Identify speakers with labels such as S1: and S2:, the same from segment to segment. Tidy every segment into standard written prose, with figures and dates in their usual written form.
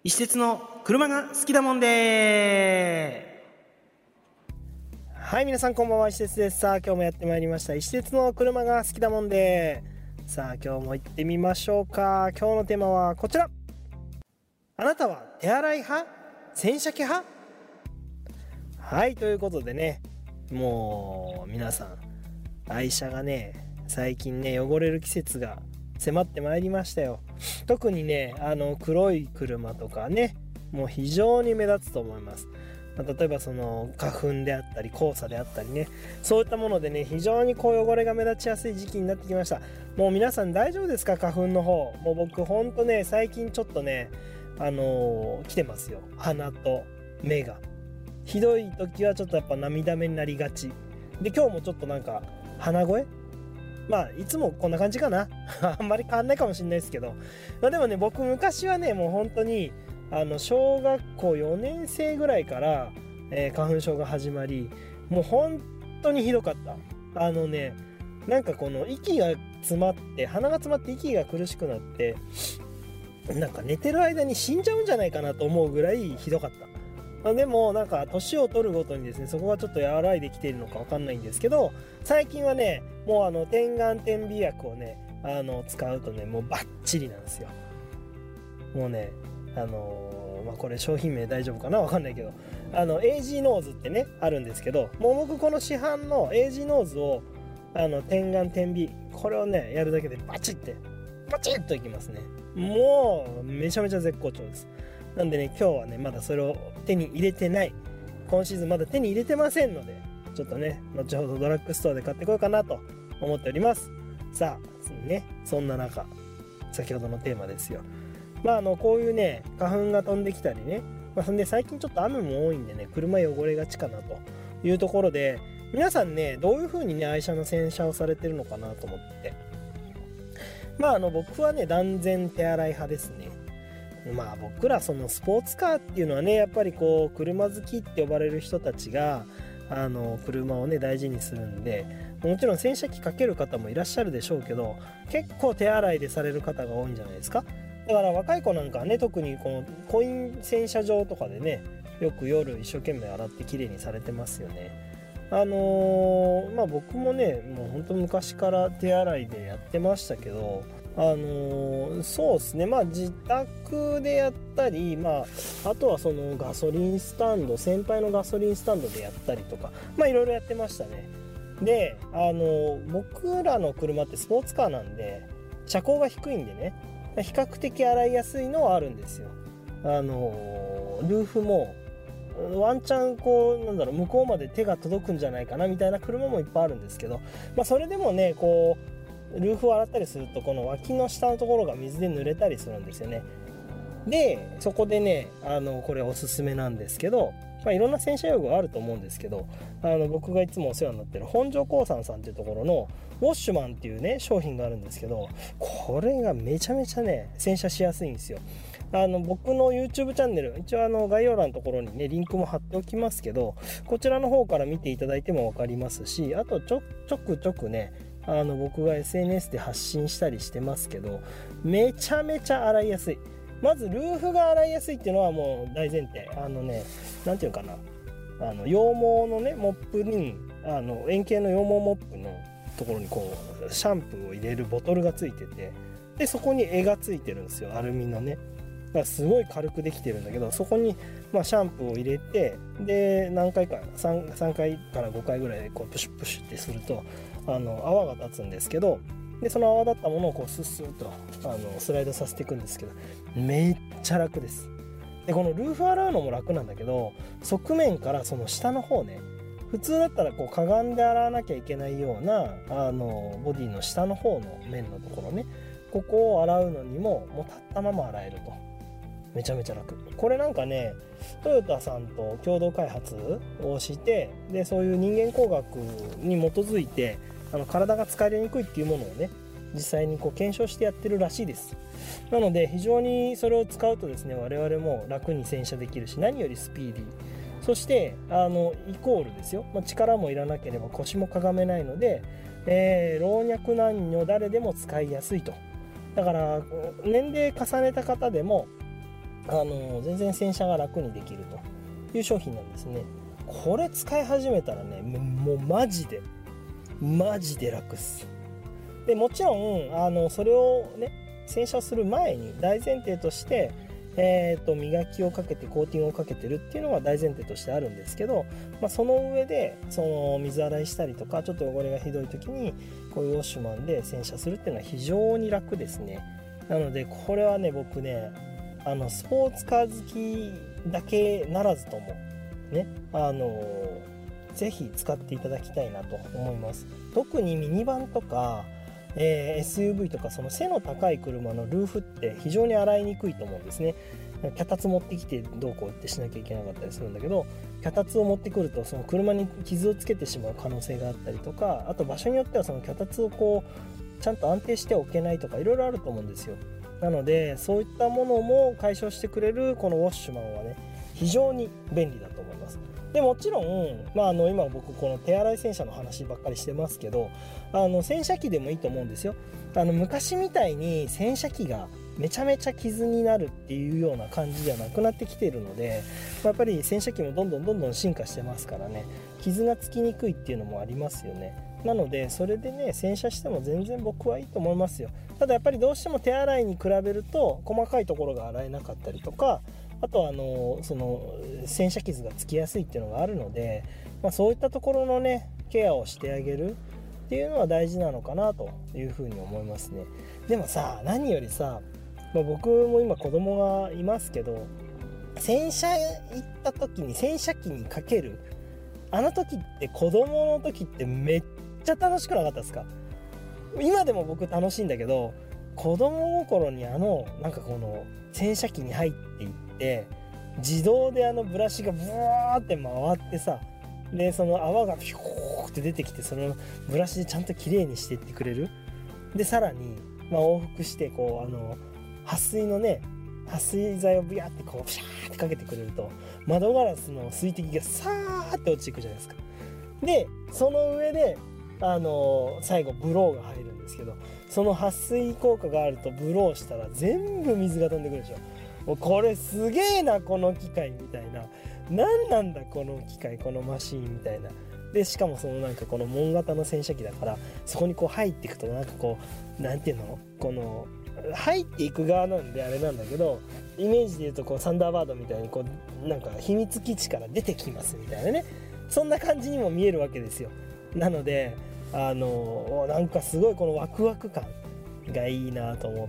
S1: 石鉄の車が好きだもんで。はい、皆さんこんばんは、石鉄です。さあ今日もやってまいりました、石鉄の車が好きだもんで。さあ今日も行ってみましょうか。今日のテーマはこちら。あなたは手洗い派？洗車機派？はい、ということでね、もう皆さん愛車がね、最近ね汚れる季節が迫ってまいりましたよ。特にね黒い車とかね、もう非常に目立つと思います。例えばその花粉であったり黄砂であったりね、そういったものでね非常に汚れが目立ちやすい時期になってきました。もう皆さん大丈夫ですか？花粉の方。もう僕ほんとね最近ちょっとね来てますよ。鼻と目がひどい時はちょっとやっぱ涙目になりがちで、今日もちょっとなんか鼻声、いつもこんな感じかなあんまり変わんないかもしれないですけど、でもね僕昔はねもう本当に小学校4年生ぐらいから、花粉症が始まり、もう本当にひどかった。なんかこの息が詰まって鼻が詰まって息が苦しくなって、なんか寝てる間に死んじゃうんじゃないかなと思うぐらいひどかった。でもなんか年を取るごとにですね、そこがちょっと和らいできているのかわかんないんですけど、最近はねもう点眼点鼻薬をね使うとねもうバッチリなんですよ。もうねこれ商品名大丈夫かなわかんないけどAG ノーズってねあるんですけど、もう僕この市販の AG ノーズを点眼点鼻これをねやるだけでバチッといきますね。もうめちゃめちゃ絶好調です。なんでね今日はねまだそれを手に入れてない、今シーズンまだ手に入れてませんので、ちょっとね後ほどドラッグストアで買ってこようかなと思っております。さあね、そんな中先ほどのテーマですよ。こういうね花粉が飛んできたりね、そんで最近ちょっと雨も多いんでね車汚れがちかなというところで、皆さんねどういう風にね愛車の洗車をされてるのかなと思って、僕はね断然手洗い派ですね。僕らそのスポーツカーっていうのはねやっぱりこう車好きって呼ばれる人たちが車をね大事にするんで、もちろん洗車機かける方もいらっしゃるでしょうけど、結構手洗いでされる方が多いんじゃないですか。だから若い子なんかはね特にこのコイン洗車場とかでねよく夜一生懸命洗ってきれいにされてますよね。僕もねもうほんと昔から手洗いでやってましたけど、そうですね、自宅でやったり、あとはそのガソリンスタンド、先輩のガソリンスタンドでやったりとかいろいろやってましたね。で僕らの車ってスポーツカーなんで車高が低いんでね比較的洗いやすいのはあるんですよ。ルーフもワンチャン向こうまで手が届くんじゃないかなみたいな車もいっぱいあるんですけど、それでもねルーフを洗ったりするとこの脇の下のところが水で濡れたりするんですよね。でそこでねこれおすすめなんですけど、いろんな洗車用具あると思うんですけど、僕がいつもお世話になってる本庄興産さんっていうところのウォッシュマンっていうね商品があるんですけど、これがめちゃめちゃね洗車しやすいんですよ。僕の YouTube チャンネル一応概要欄のところにねリンクも貼っておきますけど、こちらの方から見ていただいても分かりますし、あとちょくね僕が SNS で発信したりしてますけど、めちゃめちゃ洗いやすい。まずルーフが洗いやすいっていうのはもう大前提。なんていうかな、羊毛のねモップに円形の羊毛モップのところにシャンプーを入れるボトルがついてて、でそこに絵がついてるんですよ、アルミのね。だからすごい軽くできてるんだけど、そこにシャンプーを入れて、で何回か 3回から5回ぐらいでプシュプシュってすると泡が立つんですけど、でその泡立ったものをスッスッとスライドさせていくんですけど、めっちゃ楽です。でこのルーフ洗うのも楽なんだけど、側面からその下の方ね、普通だったらかがんで洗わなきゃいけないようなボディの下の方の面のところね、ここを洗うのにももう立ったまま洗えるとめちゃめちゃ楽。これなんかねトヨタさんと共同開発をして、でそういう人間工学に基づいて体が疲れにくいっていうものをね実際に検証してやってるらしいです。なので非常にそれを使うとですね我々も楽に洗車できるし、何よりスピーディー、そしてイコールですよ、力もいらなければ腰もかがめないので、老若男女誰でも使いやすいと。だから年齢重ねた方でも全然洗車が楽にできるという商品なんですね。これ使い始めたらね、もうマジで楽っす。でもちろんそれをね洗車する前に大前提として磨きをかけてコーティングをかけてるっていうのは大前提としてあるんですけど、その上でその水洗いしたりとかちょっと汚れがひどい時にこういうウォッシュマンで洗車するっていうのは非常に楽ですね。なのでこれはね僕ねスポーツカー好きだけならずともねぜひ使っていただきたいなと思います。特にミニバンとかSUV とかその背の高い車のルーフって非常に洗いにくいと思うんですね。脚立持ってきてどうこうってしなきゃいけなかったりするんだけど、脚立を持ってくるとその車に傷をつけてしまう可能性があったりとか、あと場所によってはその脚立をこうちゃんと安定しておけないとかいろいろあると思うんですよ。なのでそういったものも解消してくれるこのウォッシュマンはね非常に便利だと思います。でもちろん、今僕この手洗い洗車の話ばっかりしてますけど洗車機でもいいと思うんですよ。昔みたいに洗車機がめちゃめちゃ傷になるっていうような感じではなくなってきているので、やっぱり洗車機もどんどん進化してますからね、傷がつきにくいっていうのもありますよね。なのでそれでね洗車しても全然僕はいいと思いますよ。ただやっぱりどうしても手洗いに比べると細かいところが洗えなかったりとか、あとはその洗車傷がつきやすいっていうのがあるので、そういったところのねケアをしてあげるっていうのは大事なのかなというふうに思いますね。でもさ、何よりさ、僕も今子供がいますけど、洗車行った時に洗車機にかける時って子供の時ってめっちゃ楽しくなかったですか？今でも僕楽しいんだけど、子供心になんかこの洗車機に入っていって自動でブラシがブワーって回ってさ、でその泡がピューって出てきてそのブラシでちゃんときれいにしていってくれる。でさらに、往復してこう撥水のね撥水剤をビャーってこうピシャーってかけてくれると窓ガラスの水滴がさーって落ちていくじゃないですか。でその上で最後ブローが入るんですけど、その撥水効果があるとブローしたら全部水が飛んでくるでしょ。もうこれすげえなこの機械みたいな、何なんだこの機械このマシーンみたいな。でしかもそのなんかこの門型の洗車機だから、そこにこう入っていくとなんかこうなんていうの、この入っていく側なんであれなんだけど、イメージで言うとこうサンダーバードみたいにこうなんか秘密基地から出てきますみたいなね、そんな感じにも見えるわけですよ。なのでなんかすごいこのワクワク感がいいなと思って、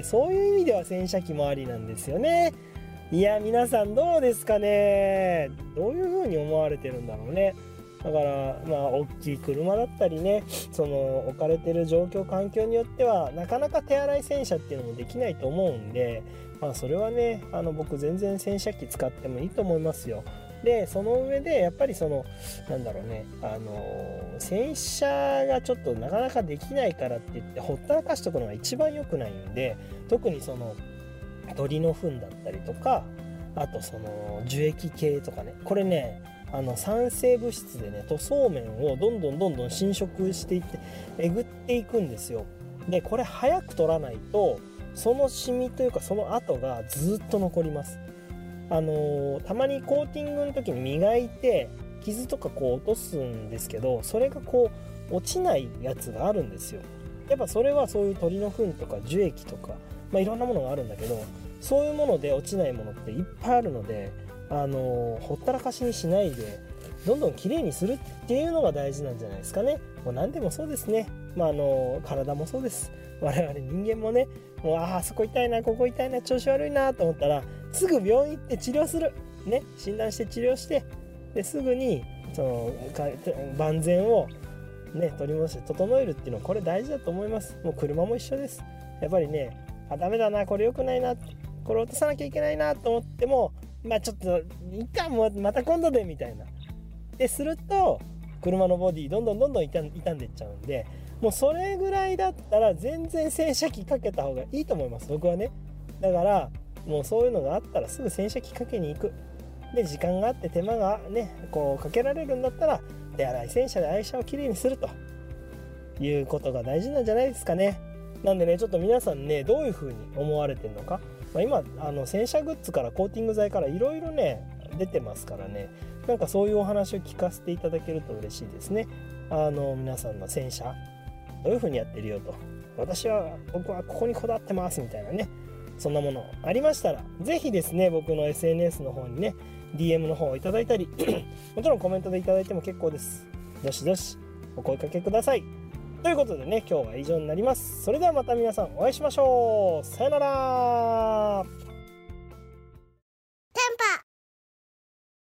S1: そういう意味では洗車機もありなんですよね。いや皆さんどうですかね、どういう風に思われてるんだろうね。だから大きい車だったりね、その置かれてる状況環境によってはなかなか手洗い洗車っていうのもできないと思うんで、それはね僕全然洗車機使ってもいいと思いますよ。でその上でやっぱりそのなんだろうね、洗車がちょっとなかなかできないからって言ってほったらかしとくのが一番良くないんで、特にその鳥の糞だったりとか、あとその樹液系とかね、これね酸性物質でね塗装面をどんどん侵食していってえぐっていくんですよ。でこれ早く取らないとそのシミというかその跡がずっと残ります。たまにコーティングの時に磨いて傷とかこう落とすんですけど、それがこう落ちないやつがあるんですよ。やっぱそれはそういう鳥の糞とか樹液とか、いろんなものがあるんだけど、そういうもので落ちないものっていっぱいあるので、ほったらかしにしないでどんどんきれいにするっていうのが大事なんじゃないですかね。もう何でもそうですね。体もそうです。我々人間もね、もうあそこ痛いなここ痛いな調子悪いなと思ったらすぐ病院行って治療するね、診断して治療して、ですぐにその万全をね取り戻して整えるっていうのはこれ大事だと思います。もう車も一緒です。やっぱりね、ダメだなこれ良くないな、これ落とさなきゃいけないなと思ってもちょっといっかもうまた今度でみたいなですると車のボディどんどん傷んでいっちゃうんで、もうそれぐらいだったら全然洗車機かけた方がいいと思います、僕はね。だからもうそういうのがあったらすぐ洗車機かけに行く。で時間があって手間がねこうかけられるんだったら手洗い洗車で愛車をきれいにするということが大事なんじゃないですかね。なんでね、ちょっと皆さんねどういう風に思われてるのか、 今洗車グッズからコーティング剤からいろいろね出てますからね、なんかそういうお話を聞かせていただけると嬉しいですね。皆さんの洗車どういう風にやってるよと、僕はここにこだわってますみたいなね、そんなものありましたらぜひですね、僕の SNS の方にね DM の方をいただいたりもちろんコメントでいただいても結構です。どしどしお声かけください。ということでね、今日は以上になります。それではまた皆さんお会いしましょう。さよなら。